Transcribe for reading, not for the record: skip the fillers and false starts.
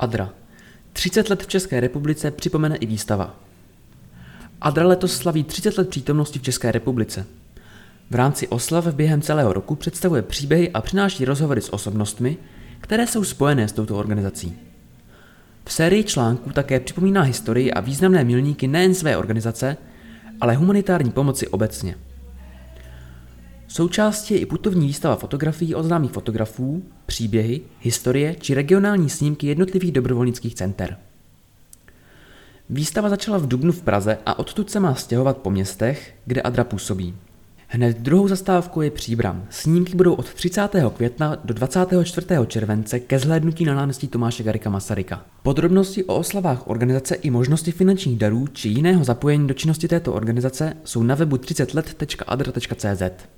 ADRA. 30 let v České republice připomene i výstava. ADRA letos slaví 30 let přítomnosti v České republice. V rámci oslav během celého roku představuje příběhy a přináší rozhovory s osobnostmi, které jsou spojené s touto organizací. V sérii článků také připomíná historii a významné milníky nejen své organizace, ale humanitární pomoci obecně. Součástí je i putovní výstava fotografií od známých fotografů, příběhy, historie či regionální snímky jednotlivých dobrovolnických center. Výstava začala v dubnu v Praze a odtud se má stěhovat po městech, kde ADRA působí. Hned druhou zastávkou je Příbram. Snímky budou od 30. května do 24. července ke zhlédnutí na náměstí Tomáše Garrigua Masaryka. Podrobnosti o oslavách organizace i možnosti finančních darů či jiného zapojení do činnosti této organizace jsou na webu 30let.adra.cz.